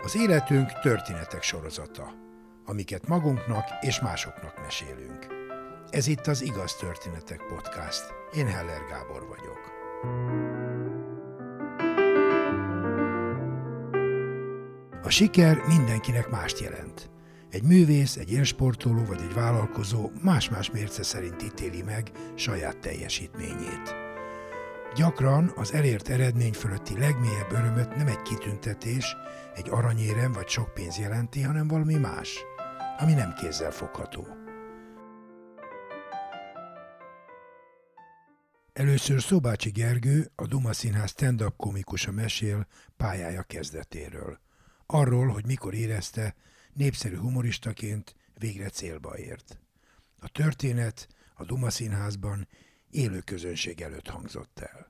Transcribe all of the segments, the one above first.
Az életünk történetek sorozata, amiket magunknak és másoknak mesélünk. Ez itt az Igaz Történetek Podcast. Én Heller Gábor vagyok. A siker mindenkinek mást jelent. Egy művész, egy élsportoló vagy egy vállalkozó más-más mérce szerint ítéli meg saját teljesítményét. Gyakran az elért eredmény fölötti legmélyebb örömöt nem egy kitüntetés, egy aranyérem vagy sok pénz jelenti, hanem valami más, ami nem kézzel fogható. Először Szobácsi Gergő, a Duma Színház stand-up komikusa mesél pályája kezdetéről. Arról, hogy mikor érezte, népszerű humoristaként végre célba ért. A történet a Duma Színházban élő közönség előtt hangzott el.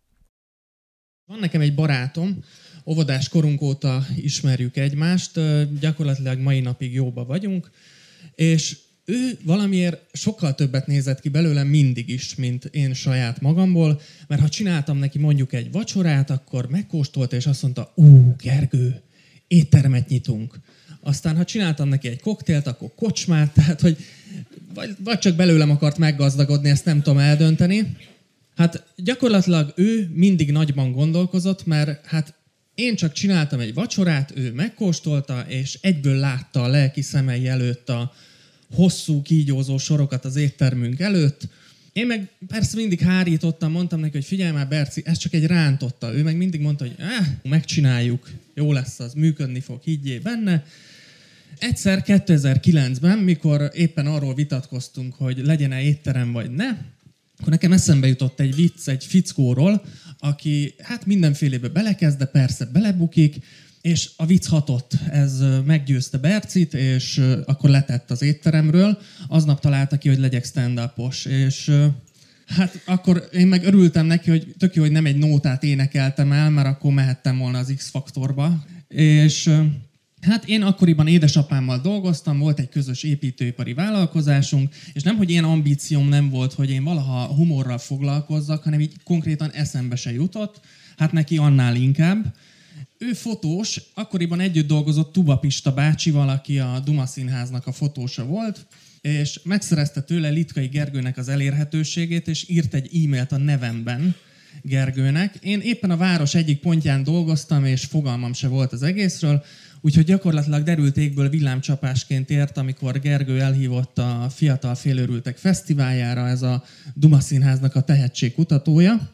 Van nekem egy barátom, óvodás korunk óta ismerjük egymást, gyakorlatilag mai napig jóba vagyunk, és ő valamiért sokkal többet nézett ki belőlem mindig is, mint én saját magamból, mert ha csináltam neki mondjuk egy vacsorát, akkor megkóstolta, és azt mondta, Gergő, éttermet nyitunk. Aztán, ha csináltam neki egy koktélt, akkor kocsmát, tehát, hogy vagy csak belőlem akart meggazdagodni, ezt nem tudom eldönteni. Hát gyakorlatilag ő mindig nagyban gondolkozott, mert hát én csak csináltam egy vacsorát, ő megkóstolta, és egyből látta a lelki szemei előtt a hosszú, kígyózó sorokat az éttermünk előtt. Én meg persze mindig hárítottam, mondtam neki, hogy figyelj már, Berci, ez csak egy rántotta. Ő meg mindig mondta, hogy megcsináljuk, jó lesz az, működni fog, higgyél benne. Egyszer 2009-ben, mikor éppen arról vitatkoztunk, hogy legyen-e étterem vagy ne, akkor nekem eszembe jutott egy vicc egy fickóról, aki hát mindenfélébe belekezd, de persze belebukik, és a vicc hatott. Ez meggyőzte Bercit, és akkor letett az étteremről. Aznap találta ki, hogy legyek stand-upos, és hát akkor én meg örültem neki, hogy tök jó, hogy nem egy nótát énekeltem el, mert akkor mehettem volna az X-faktorba. És hát én akkoriban édesapámmal dolgoztam, volt egy közös építőipari vállalkozásunk, és nem, hogy ilyen ambícióm nem volt, hogy én valaha humorral foglalkozzak, hanem így konkrétan eszembe se jutott, hát neki annál inkább. Ő fotós, akkoriban együtt dolgozott Tuba Pista bácsival, aki a Duma Színháznak a fotósa volt, és megszerezte tőle Litkai Gergőnek az elérhetőségét, és írt egy e-mailt a nevemben Gergőnek. Én éppen a város egyik pontján dolgoztam, és fogalmam se volt az egészről, úgyhogy gyakorlatilag derült égből villámcsapásként ért, amikor Gergő elhívott a Fiatal Félőrültek Fesztiváljára, ez a Duma Színháznak a tehetségkutatója,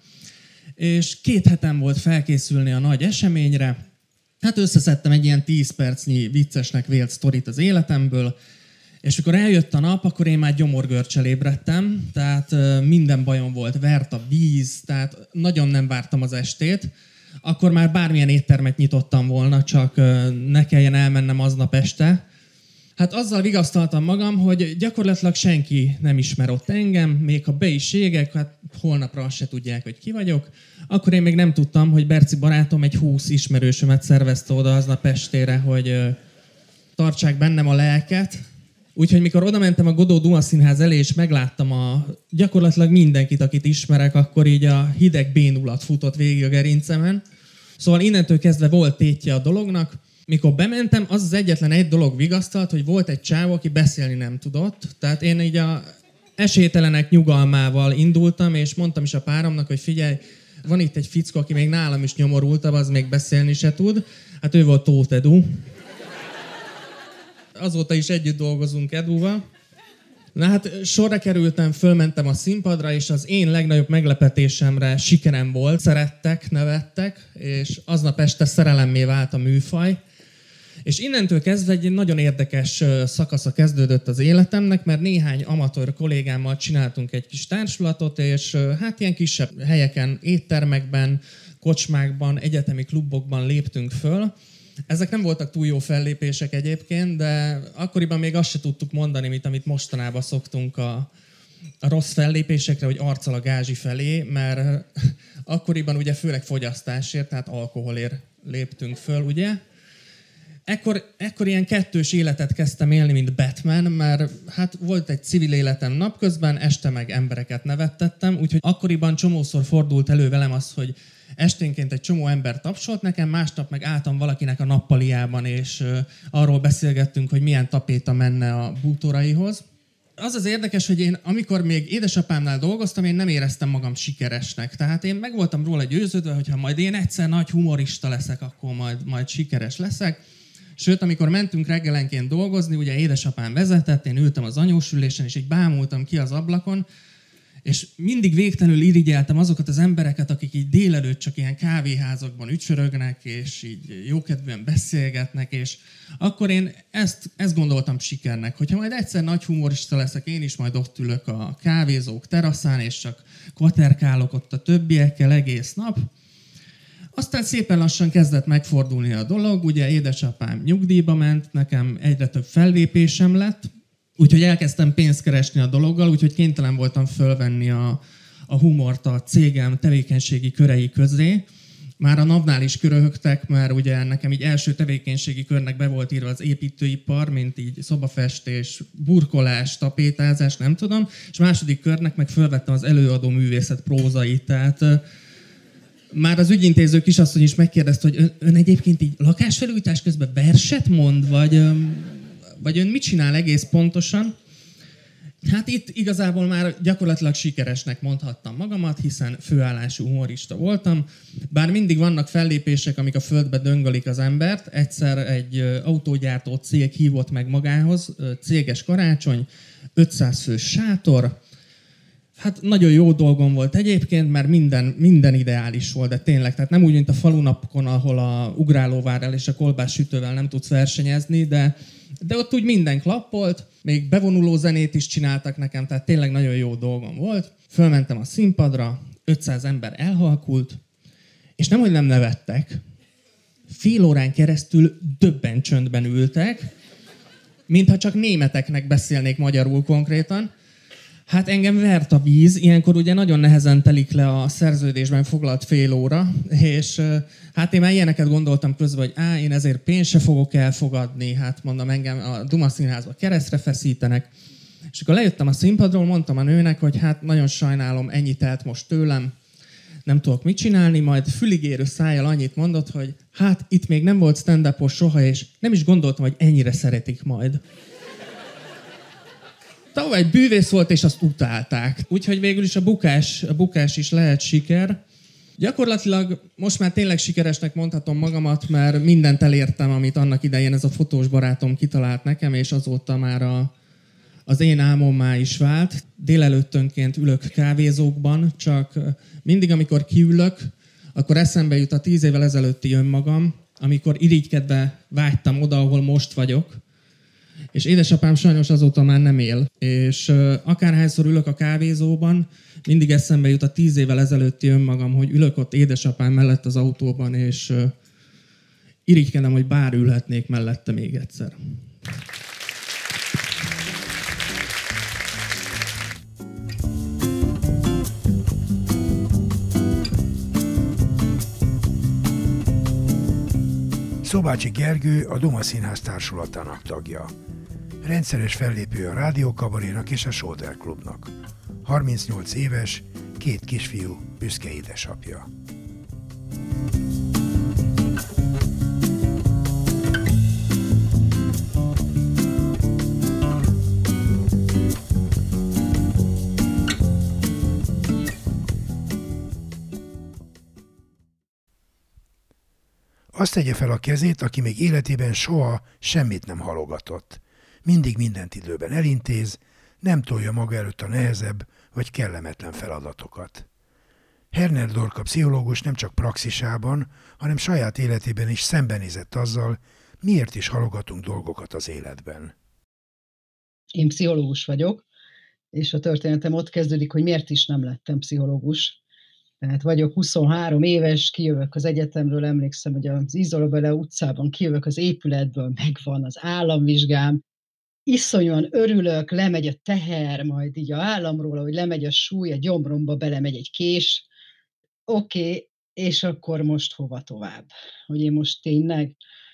és 2 hetem volt felkészülni a nagy eseményre. Hát összeszedtem egy ilyen 10 percnyi viccesnek vélt sztorit az életemből, és amikor eljött a nap, akkor én már gyomorgörcsel ébredtem, tehát minden bajom volt, vert a víz, tehát nagyon nem vártam az estét. Akkor már bármilyen éttermet nyitottam volna, csak ne kelljen elmennem aznap este. Hát azzal vigasztaltam magam, hogy gyakorlatilag senki nem ismer ott engem, még ha be is égek, hát holnapra azt se tudják, hogy ki vagyok. Akkor én még nem tudtam, hogy Berci barátom egy 20 ismerősömet szervezte oda aznap estére, hogy tartsák bennem a lelket. Úgyhogy mikor oda mentem a Godó Duma Színház elé, és megláttam gyakorlatilag mindenkit, akit ismerek, akkor így a hideg bénulat futott végig a gerincemen. Szóval innentől kezdve volt tétje a dolognak. Mikor bementem, az egyetlen egy dolog vigasztalt, hogy volt egy csávó, aki beszélni nem tudott. Tehát én így a esélytelenek nyugalmával indultam, és mondtam is a páromnak, hogy figyelj, van itt egy fickó, aki még nálam is nyomorultabb, az még beszélni se tud. Hát ő volt Tóth Edu. Azóta is együtt dolgozunk Eduval. Na hát sorra kerültem, fölmentem a színpadra, és az én legnagyobb meglepetésemre sikerem volt. Szerettek, nevettek, és aznap este szerelemmé vált a műfaj. És innentől kezdve egy nagyon érdekes szakasza kezdődött az életemnek, mert néhány amatőr kollégámmal csináltunk egy kis társulatot, és hát ilyen kisebb helyeken, éttermekben, kocsmákban, egyetemi klubokban léptünk föl. Ezek nem voltak túl jó fellépések egyébként, de akkoriban még azt se tudtuk mondani, amit mostanában szoktunk a rossz fellépésekre, hogy arccal a gázsi felé, mert akkoriban ugye főleg fogyasztásért, tehát alkoholért léptünk föl, ugye. ekkor ilyen kettős életet kezdtem élni, mint Batman, mert hát volt egy civil életem napközben, este meg embereket nevettettem, úgyhogy akkoriban csomószor fordult elő velem az, hogy esténként egy csomó ember tapsolt nekem, másnap meg álltam valakinek a nappaliában, és arról beszélgettünk, hogy milyen tapéta menne a bútoraihoz. Az az érdekes, hogy én, amikor még édesapámnál dolgoztam, én nem éreztem magam sikeresnek. Tehát én meg voltam róla győződve, hogy ha majd én egyszer nagy humorista leszek, akkor majd sikeres leszek. Sőt, amikor mentünk reggelenként dolgozni, ugye édesapám vezetett, én ültem az anyósülésen, és így bámultam ki az ablakon, és mindig végtelenül irigyeltem azokat az embereket, akik így délelőtt csak ilyen kávéházakban ücsörögnek, és így jókedvűen beszélgetnek, és akkor én ezt gondoltam sikernek, hogyha majd egyszer nagy humorista leszek, én is majd ott ülök a kávézók teraszán, és csak kvaterkálok ott a többiekkel egész nap. Aztán szépen lassan kezdett megfordulni a dolog, ugye édesapám nyugdíjba ment, nekem egyre több fellépésem lett, úgyhogy elkezdtem pénzt keresni a dologgal, úgyhogy kénytelen voltam fölvenni a humort a cégem tevékenységi körei közé. Már a NAV-nál is köröhögtek, mert ugye nekem így első tevékenységi körnek be volt írva az építőipar, mint így szobafestés, burkolás, tapétázás, nem tudom, és második körnek meg fölvettem az előadó művészet prózait, tehát már az ügyintéző kisasszony is megkérdezte, hogy ön egyébként így lakásfelújítás közben verset mond, vagy ön mit csinál egész pontosan? Hát itt igazából már gyakorlatilag sikeresnek mondhattam magamat, hiszen főállású humorista voltam. Bár mindig vannak fellépések, amik a földbe döngölik az embert. Egyszer egy autógyártó cég hívott meg magához, céges karácsony, 500 fős sátor. Hát nagyon jó dolgom volt egyébként, mert minden ideális volt, de tényleg. Tehát nem úgy, mint a falunapokon, ahol a ugrálóvárral és a kolbász sütővel nem tudsz versenyezni, de ott úgy minden klappolt, még bevonuló zenét is csináltak nekem, tehát tényleg nagyon jó dolgom volt. Fölmentem a színpadra, 500 ember elhalkult, és nemhogy nem nevettek, fél órán keresztül döbben csöndben ültek, mintha csak németeknek beszélnék magyarul konkrétan. Hát engem vert a víz, ilyenkor ugye nagyon nehezen telik le a szerződésben foglalt fél óra, és hát én már ilyeneket gondoltam közben, hogy én ezért pénzt se fogok elfogadni, hát mondom, engem a Duma Színházba keresztre feszítenek. És akkor lejöttem a színpadról, mondtam a nőnek, hogy hát nagyon sajnálom, ennyi telt most tőlem, nem tudok mit csinálni, majd füligérő szájjal annyit mondott, hogy hát itt még nem volt stand-upos soha, és nem is gondoltam, hogy ennyire szeretik majd. Tavaly egy bűvész volt, és azt utálták. Úgyhogy végül is a bukás is lehet siker. Gyakorlatilag most már tényleg sikeresnek mondhatom magamat, mert mindent elértem, amit annak idején ez a fotós barátom kitalált nekem, és azóta már az én álmommá is vált. Délelőttönként ülök kávézókban, csak mindig, amikor kiülök, akkor eszembe jut a 10 évvel ezelőtti önmagam, amikor irigykedve vágytam oda, ahol most vagyok. És édesapám sajnos azóta már nem él. És akárhányszor ülök a kávézóban, mindig eszembe jut a 10 évvel ezelőtti önmagam, hogy ülök ott édesapám mellett az autóban, és irigykedem, hogy bár ülhetnék mellette még egyszer. Szobácsi Gergő a Duma Színház társulatának tagja. Rendszeres fellépő a Rádiókabarénak és a Sóder Klubnak. 38 éves, 2 kisfiú, büszke édesapja. Azt tegye fel a kezét, aki még életében soha semmit nem halogatott. Mindig mindent időben elintéz, nem tolja maga előtt a nehezebb vagy kellemetlen feladatokat. Herner Dorka pszichológus nem csak praxisában, hanem saját életében is szembenézett azzal, miért is halogatunk dolgokat az életben. Én pszichológus vagyok, és a történetem ott kezdődik, hogy miért is nem lettem pszichológus. Tehát vagyok 23 éves, kijövök az egyetemről, emlékszem, hogy az Izolabele utcában kijövök az épületből, megvan az államvizsgám, iszonyúan örülök, lemegy a teher, majd így a államról, ahogy lemegy a súly, a gyomromba belemegy egy kés. Oké, és akkor most hova tovább? Hogy én most tényleg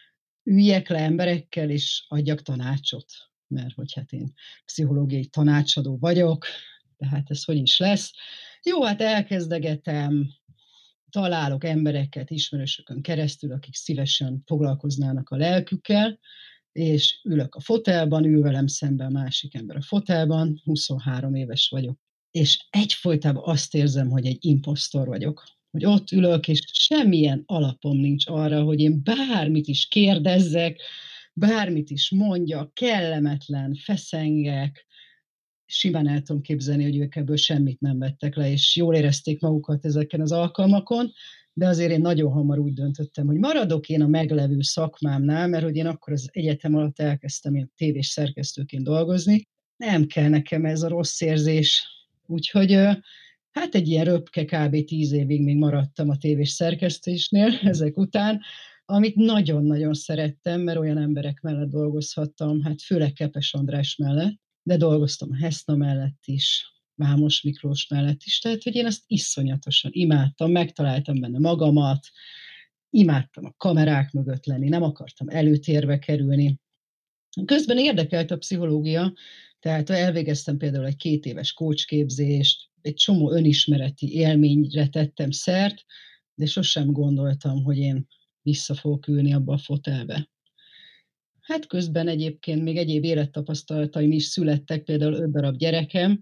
üljek le emberekkel, és adjak tanácsot. Mert hogy hát én pszichológiai tanácsadó vagyok, tehát ez hogy is lesz. Jó, hát elkezdegetem, találok embereket ismerősökön keresztül, akik szívesen foglalkoznának a lelkükkel, és ülök a fotelban, ül velem szemben a másik ember a fotelban, 23 éves vagyok. És egyfolytában azt érzem, hogy egy imposztor vagyok. Hogy ott ülök, és semmilyen alapom nincs arra, hogy én bármit is kérdezzek, bármit is mondjak, kellemetlen, feszengek, simán el tudom képzelni, hogy ők ebből semmit nem vettek le, és jól érezték magukat ezeken az alkalmakon, de azért én nagyon hamar úgy döntöttem, hogy maradok én a meglevő szakmámnál, mert hogy én akkor az egyetem alatt elkezdtem ilyen tévés szerkesztőként dolgozni. Nem kell nekem ez a rossz érzés. Úgyhogy hát egy ilyen röpke kb. 10 évig még maradtam a tévés szerkesztésnél ezek után, amit nagyon-nagyon szerettem, mert olyan emberek mellett dolgozhattam, hát főleg Kepes András mellett, de dolgoztam a Heszna mellett is, Vámos Miklós mellett is, tehát hogy én azt iszonyatosan imádtam, megtaláltam benne magamat, imádtam a kamerák mögött lenni, nem akartam előtérbe kerülni. Közben érdekelt a pszichológia, tehát elvégeztem például egy 2 éves coachképzést, egy csomó önismereti élményre tettem szert, de sosem gondoltam, hogy én vissza fogok ülni abba a fotelbe. Hát közben egyébként még egyéb élettapasztalataim is születtek, például 5 darab gyerekem,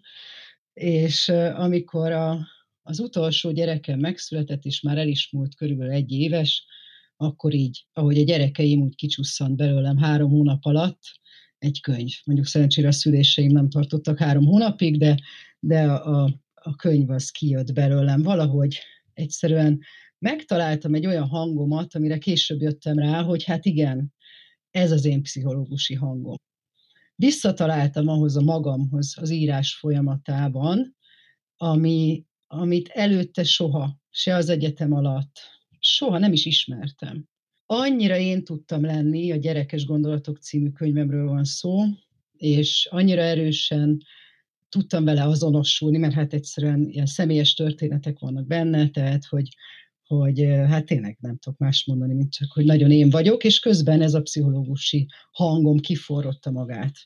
és amikor az utolsó gyerekem megszületett, és már el is múlt körülbelül 1 éves, akkor így, ahogy a gyerekeim, úgy kicsusszant belőlem 3 hónap alatt egy könyv. Mondjuk szerencsére a szüléseim nem tartottak 3 hónapig, de a könyv az kijött belőlem. Valahogy egyszerűen megtaláltam egy olyan hangomat, amire később jöttem rá, hogy hát igen, ez az én pszichológusi hangom. Visszataláltam ahhoz a magamhoz az írás folyamatában, amit előtte soha, se az egyetem alatt, soha nem is ismertem. Annyira én tudtam lenni, a Gyerekes Gondolatok című könyvemről van szó, és annyira erősen tudtam vele azonosulni, mert hát egyszerűen ilyen személyes történetek vannak benne, tehát hogy hát tényleg nem tudok más mondani, mint csak, hogy nagyon én vagyok, és közben ez a pszichológusi hangom kiforrotta magát.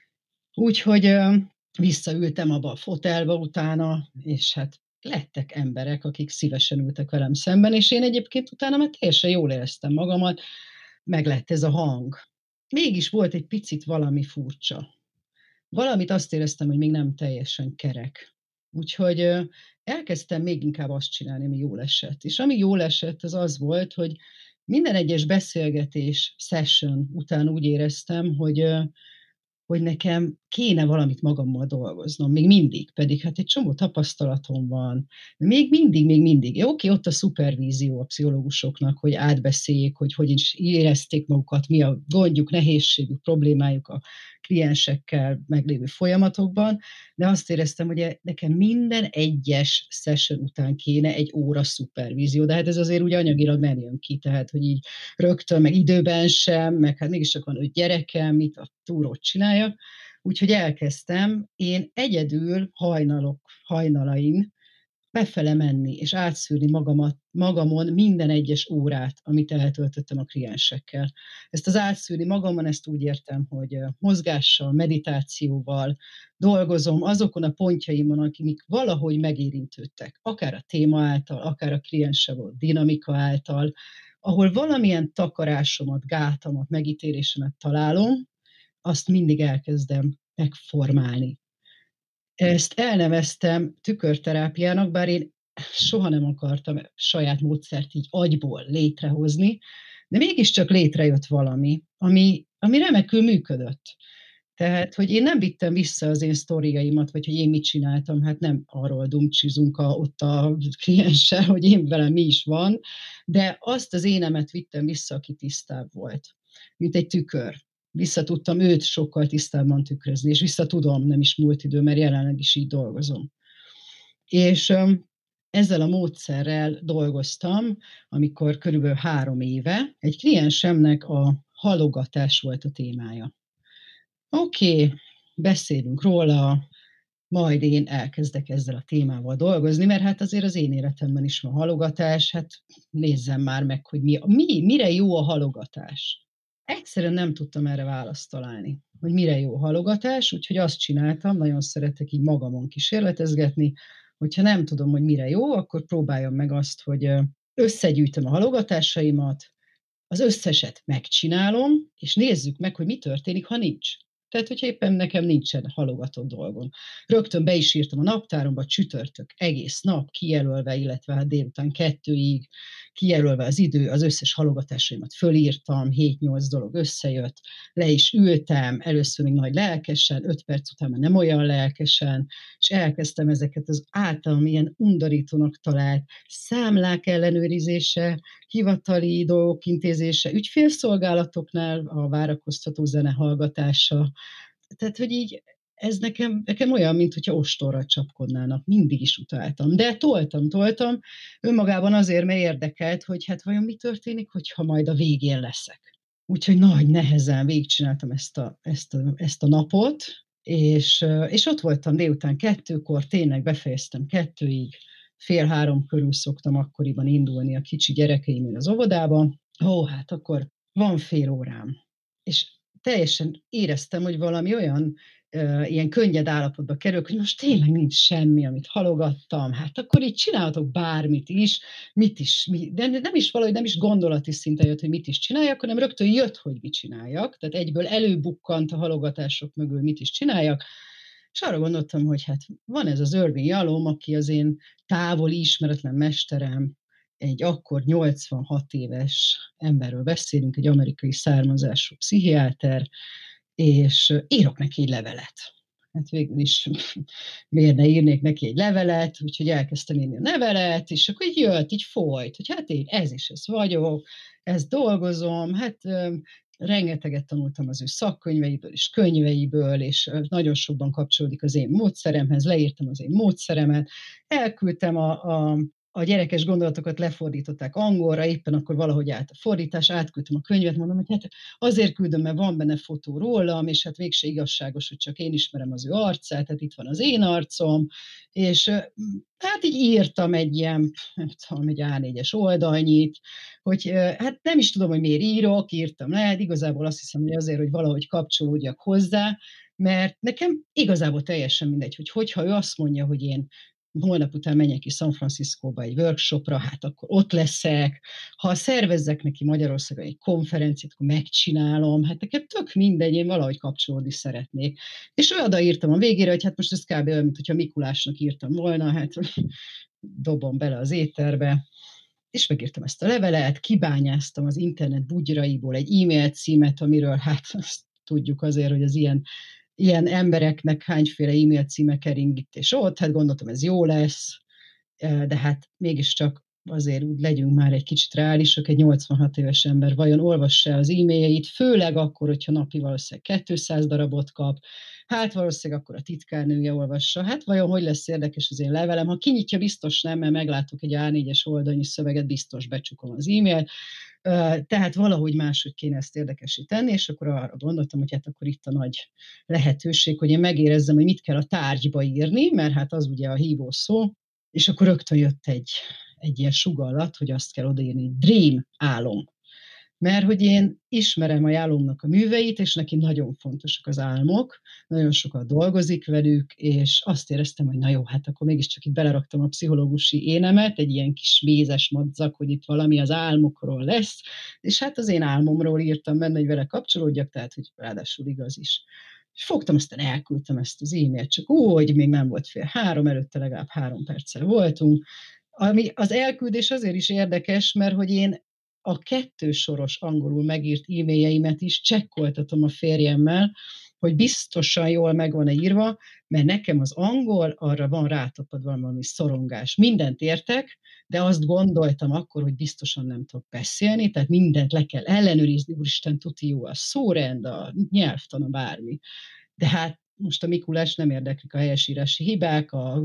Úgyhogy visszaültem abba a fotelba utána, és hát lettek emberek, akik szívesen ültek velem szemben, és én egyébként utána már teljesen jól éreztem magamat, meg lett ez a hang. Mégis volt egy picit valami furcsa. Valamit azt éreztem, hogy még nem teljesen kerek. Úgyhogy elkezdtem még inkább azt csinálni, ami jól esett. És ami jól esett, az az volt, hogy minden egyes beszélgetés, session után úgy éreztem, hogy nekem kéne valamit magammal dolgoznom, még mindig, pedig hát egy csomó tapasztalatom van. Még mindig. Oké, ott a szupervízió a pszichológusoknak, hogy átbeszéljék, hogy is érezték magukat, mi a gondjuk, nehézségük, problémájuk a kliensekkel meglévő folyamatokban, de azt éreztem, hogy nekem minden egyes session után kéne 1 óra szupervízió, de hát ez azért úgy anyagilag nem jön ki, tehát hogy így rögtön, meg időben sem, meg hát mégiscsak van 5 gyerekem, mit a túrót csináljak, úgyhogy elkezdtem én egyedül hajnalain befele menni, és átszűrni magamon minden egyes órát, amit eltöltöttem a kliensekkel. Ezt az átszűrni magamon, ezt úgy értem, hogy mozgással, meditációval dolgozom azokon a pontjaimon, amik valahogy megérintődtek, akár a téma által, akár a klienssel volt dinamika által, ahol valamilyen takarásomat, gátamat, megítélésemet találom, azt mindig elkezdem megformálni. Ezt elneveztem tükörterápiának, bár én soha nem akartam saját módszert így agyból létrehozni, de mégiscsak létrejött valami, ami remekül működött. Tehát, hogy én nem vittem vissza az én sztoriaimat, vagy hogy én mit csináltam, hát nem arról dumcsizunk ott a klienssel, hogy én velem mi is van, de azt az énemet vittem vissza, aki tisztább volt, mint egy tükör. Vissza tudtam őt sokkal tisztábban tükrözni, és vissza tudom, nem is múlt idő, mert jelenleg is így dolgozom. És ezzel a módszerrel dolgoztam, amikor körülbelül 3 éve egy kliensemnek a halogatás volt a témája. Oké, beszélünk róla, majd én elkezdek ezzel a témával dolgozni, mert hát azért az én életemben is van halogatás, hát nézzem már meg, hogy mire jó a halogatás. egyszerűen nem tudtam erre választ találni, hogy mire jó halogatás, úgyhogy azt csináltam, nagyon szeretek így magamon kísérletezgetni, hogyha nem tudom, hogy mire jó, akkor próbáljam meg azt, hogy összegyűjtöm a halogatásaimat, az összeset megcsinálom, és nézzük meg, hogy mi történik, ha nincs. Tehát, hogyha éppen nekem nincsen halogatott dolgom. Rögtön be is írtam a naptáromba, csütörtök egész nap kijelölve, illetve hát délután 2-ig kijelölve az idő, az összes halogatásaimat fölírtam, 7-8 dolog összejött, le is ültem, először még nagy lelkesen, 5 perc után már nem olyan lelkesen, és elkezdtem ezeket az általam ilyen undorítónak talált számlák ellenőrizése, hivatali dolgok intézése, ügyfélszolgálatoknál a várakoztató zene hallgatása. Tehát, hogy így ez nekem olyan, mint hogyha ostorra csapkodnának. Mindig is utáltam. De toltam. Önmagában azért, mert érdekelt, hogy hát vajon mi történik, hogyha majd a végén leszek. Úgyhogy nagy nehezen végigcsináltam ezt a napot, és ott voltam délután 2-kor, tényleg befejeztem 2-ig, 2:30 körül szoktam akkoriban indulni a kicsi gyerekeimért az óvodába. Hát akkor van fél órám. És teljesen éreztem, hogy valami olyan ilyen könnyed állapotba kerülök, hogy most tényleg nincs semmi, amit halogattam. Hát akkor így csinálhatok bármit is, de nem is gondolati szinten jött, hogy mit is csináljak, hanem rögtön jött, hogy mit csináljak. Tehát egyből előbukkant a halogatások mögül, mit is csináljak. És arra gondoltam, hogy hát van ez az Irvin Yalom, aki az én távoli ismeretlen mesterem, egy akkor 86 éves emberről beszélünk, egy amerikai származású pszichiáter, és írok neki egy levelet. Hát végül is miért ne írnék neki egy levelet, úgyhogy elkezdtem írni a levelet, és akkor így jött, így folyt, hogy hát én ez vagyok, ezt dolgozom, hát rengeteget tanultam az ő szakkönyveiből és könyveiből, és nagyon sokban kapcsolódik az én módszeremhez, leírtam az én módszeremet, elküldtem a gyerekes gondolatokat lefordították angolra, éppen akkor valahogy állt a fordítás, átküldtem a könyvet, mondom, hogy hát azért küldöm, mert van benne fotó rólam, és hát végse igazságos, hogy csak én ismerem az ő arcát, tehát itt van az én arcom, és hát így írtam egy ilyen, nem tudom, egy A4-es oldalnyit, hogy hát nem is tudom, hogy miért írtam le, igazából azt hiszem, hogy azért, hogy valahogy kapcsolódjak hozzá, mert nekem igazából teljesen mindegy, hogyha ő azt mondja, hogy én holnap után menjek ki San Franciscóba egy workshopra, hát akkor ott leszek. Ha szervezzek neki Magyarországon egy konferenciát, akkor megcsinálom. Hát nekem tök mindegy, én valahogy kapcsolódni szeretnék. És odaírtam a végére, hogy hát most ez kb. Olyan, mint hogyha Mikulásnak írtam volna, hát dobom bele az éterbe. És megírtam ezt a levelet, kibányáztam az internet bugyraiból egy e-mail címet, amiről hát azt tudjuk azért, hogy az ilyen embereknek hányféle e-mail címe kering itt és ott, hát gondoltam, ez jó lesz, de hát mégiscsak azért úgy legyünk már egy kicsit reálisak, egy 86 éves ember vajon olvassa az e-mailjeit, főleg akkor, hogyha napi valószínűleg 200 darabot kap, hát valószínűleg akkor a titkárnője olvassa, hát vajon hogy lesz érdekes az én levelem, ha kinyitja, biztos nem, mert meglátok egy A4-es oldalnyi szöveget, biztos becsukom az e-mailt, tehát valahogy máshogy kéne ezt érdekessé tenni, és akkor arra gondoltam, hogy hát akkor itt a nagy lehetőség, hogy én megérezzem, hogy mit kell a tárgyba írni, mert hát az ugye a hívó szó, és akkor rögtön jött egy ilyen sugallat, hogy azt kell odaírni, dream, álom. Mert hogy én ismerem a Yalomnak a műveit, és neki nagyon fontosak az álmok, nagyon sokat dolgozik velük, és azt éreztem, hogy na jó, hát akkor mégiscsak itt beleraktam a pszichológusi énemet, egy ilyen kis mézes madzag, hogy itt valami az álmokról lesz, és hát az én álmomról írtam benne, hogy vele kapcsolódjak, tehát hogy ráadásul igaz is. És fogtam, aztán elküldtem ezt az e-mailt, csak úgy, még nem volt 2:30, előtte legalább 3 perccel voltunk. Ami az elküldés azért is érdekes, mert hogy én a 2 soros angolul megírt e-mailjeimet is csekkoltatom a férjemmel, hogy biztosan jól meg van-e írva, mert nekem az angol, arra van rátapadva valami szorongás. Mindent értek, de azt gondoltam akkor, hogy biztosan nem tudok beszélni, tehát mindent le kell ellenőrizni, úristen, tuti jó a szórend, a nyelvtan, a bármi. De hát most a Mikulás nem érdeklik a helyesírási hibák,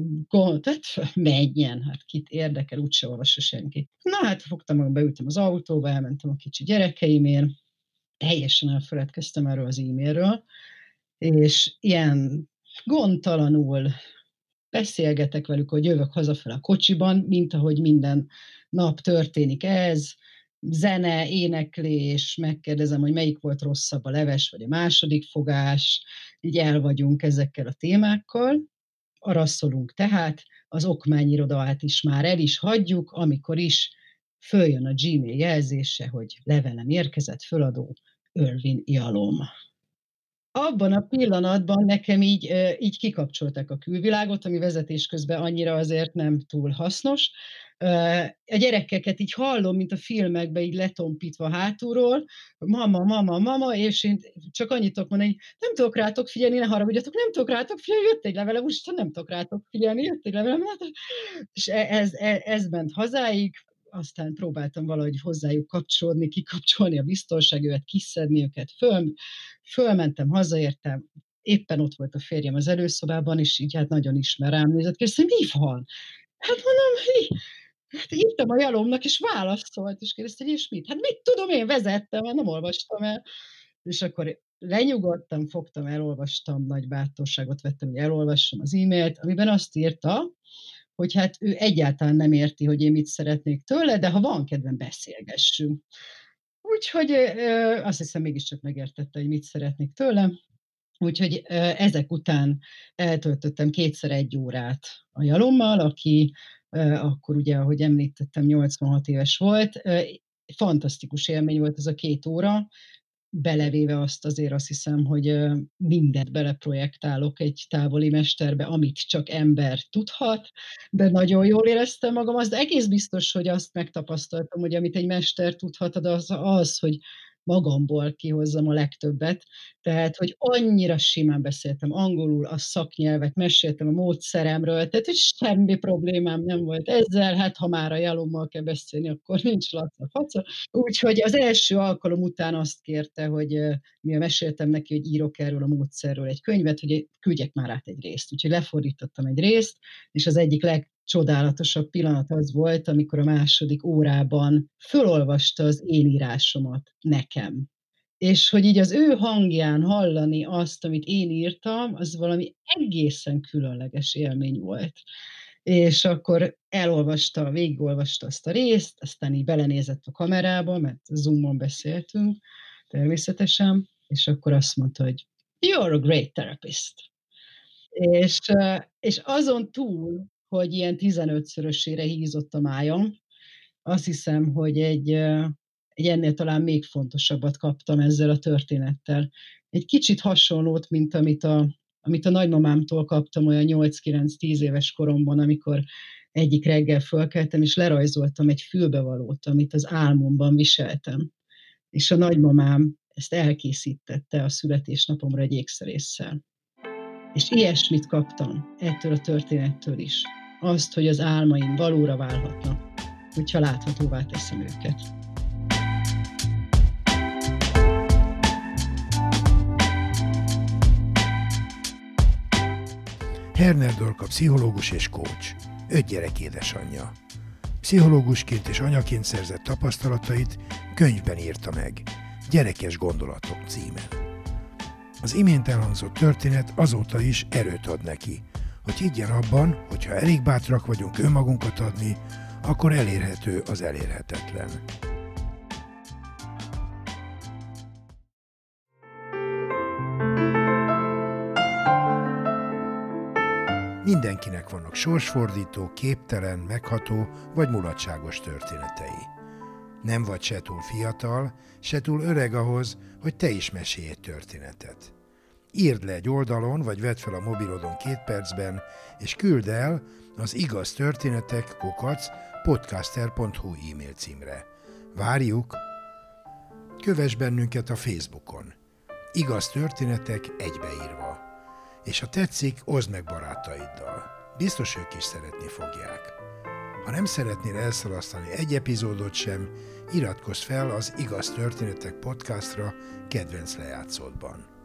tehát menjen, hát kit érdekel, úgyse olvassa senki. Na hát fogtam magam, beültem az autóba, elmentem a kicsi gyerekeimért, teljesen elfeledkeztem erről az e-mailről, és ilyen gondtalanul beszélgetek velük, hogy jövök hazafel a kocsiban, mint ahogy minden nap történik ez, zene, éneklés, megkérdezem, hogy melyik volt rosszabb, a leves vagy a második fogás, így el vagyunk ezekkel a témákkal. Araszolunk tehát, az okmányirodalmat is már el is hagyjuk, amikor is följön a Gmail jelzése, hogy levelem érkezett, föladó Irvin Jalom. Abban a pillanatban nekem így kikapcsolták a külvilágot, ami vezetés közben annyira azért nem túl hasznos. A gyerekeket így hallom, mint a filmekben, így letompítva hátulról, mama, és én csak annyit tudok mondani, hogy nem tudok rátok figyelni, ne haragudjatok, nem tudok rátok figyelni, jött egy levelem, úristen, nem tudok rátok figyelni, jött egy levelem, és ez ment hazáig, aztán próbáltam valahogy hozzájuk kapcsolódni, kikapcsolni a biztonságüket, kiszedni őket, fölmentem, hazaértem, éppen ott volt a férjem az előszobában, és így hát nagyon ismer rám nézett, kérdezte, mi van? Hát mondom, hát írtam a Jalomnak, és válaszolt, és kérdezte, hogy és mit? Hát mit tudom, én vezettem, mert nem olvastam el. És akkor lenyugodtam, fogtam, elolvastam, nagy bátorságot vettem, hogy elolvassam az e-mailt, amiben azt írta, hogy hát ő egyáltalán nem érti, hogy én mit szeretnék tőle, de ha van kedvem, beszélgessünk. Úgyhogy azt hiszem mégiscsak megértette, hogy mit szeretnék tőle. Úgyhogy ezek után eltöltöttem 2-szer 1 órát a Jalommal, aki akkor ugye, ahogy említettem, 86 éves volt. Fantasztikus élmény volt ez a 2 óra, belevéve azt hiszem, hogy mindent beleprojektálok egy távoli mesterbe, amit csak ember tudhat, de nagyon jól éreztem magam. Az egész biztos, hogy azt megtapasztaltam, hogy amit egy mester tudhat, az, hogy magamból kihozzam a legtöbbet. Tehát, hogy annyira simán beszéltem angolul, a szaknyelvet, meséltem a módszeremről, tehát, hogy semmi problémám nem volt ezzel, hát ha már a Jalommal kell beszélni, akkor nincs laca-faca. Úgyhogy az első alkalom után azt kérte, hogy mivel meséltem neki, hogy írok erről a módszerről egy könyvet, hogy küldjek már át egy részt. Úgyhogy lefordítottam egy részt, és az egyik legcsodálatosabb pillanat az volt, amikor a második órában fölolvasta az én írásomat nekem. És hogy így az ő hangján hallani azt, amit én írtam, az valami egészen különleges élmény volt. És akkor végigolvasta azt a részt, aztán így belenézett a kamerába, mert Zoomon beszéltünk természetesen, és akkor azt mondta, hogy you're a great therapist. És azon túl, hogy ilyen 15-szörösére hízott a májam, azt hiszem, hogy egy ennél talán még fontosabbat kaptam ezzel a történettel. Egy kicsit hasonlót, mint amit a nagymamámtól kaptam olyan 8-9-10 éves koromban, amikor egyik reggel fölkeltem, és lerajzoltam egy fülbevalót, amit az álmomban viseltem. És a nagymamám ezt elkészítette a születésnapomra egy ékszerésszel. És ilyesmit kaptam ettől a történettől is. Azt, hogy az álmaim valóra válhatnak, hogyha láthatóvá teszem őket. Herner Dorka pszichológus és coach, 5 gyerek édesanyja. Pszichológusként és anyaként szerzett tapasztalatait könyvben írta meg, Gyerekes gondolatok címen. Az imént elhangzott történet azóta is erőt ad neki, hogy higgyen abban, hogy ha elég bátrak vagyunk önmagunkat adni, akkor elérhető az elérhetetlen. Mindenkinek vannak sorsfordító, képtelen, megható vagy mulatságos történetei. Nem vagy se túl fiatal, se túl öreg ahhoz, hogy te is mesélj egy történetet. Írd le egy oldalon, vagy vedd fel a mobilodon 2 percben, és küldd el az igaztörténetek@podcaster.hu e-mail címre. Várjuk! Kövess bennünket a Facebookon. Igaz történetek egybeírva. És ha tetszik, oszd meg barátaiddal. Biztos ők is szeretni fogják. Ha nem szeretnél elszalasztani egy epizódot sem, iratkozz fel az Igaz Történetek podcastra kedvenc lejátszódban.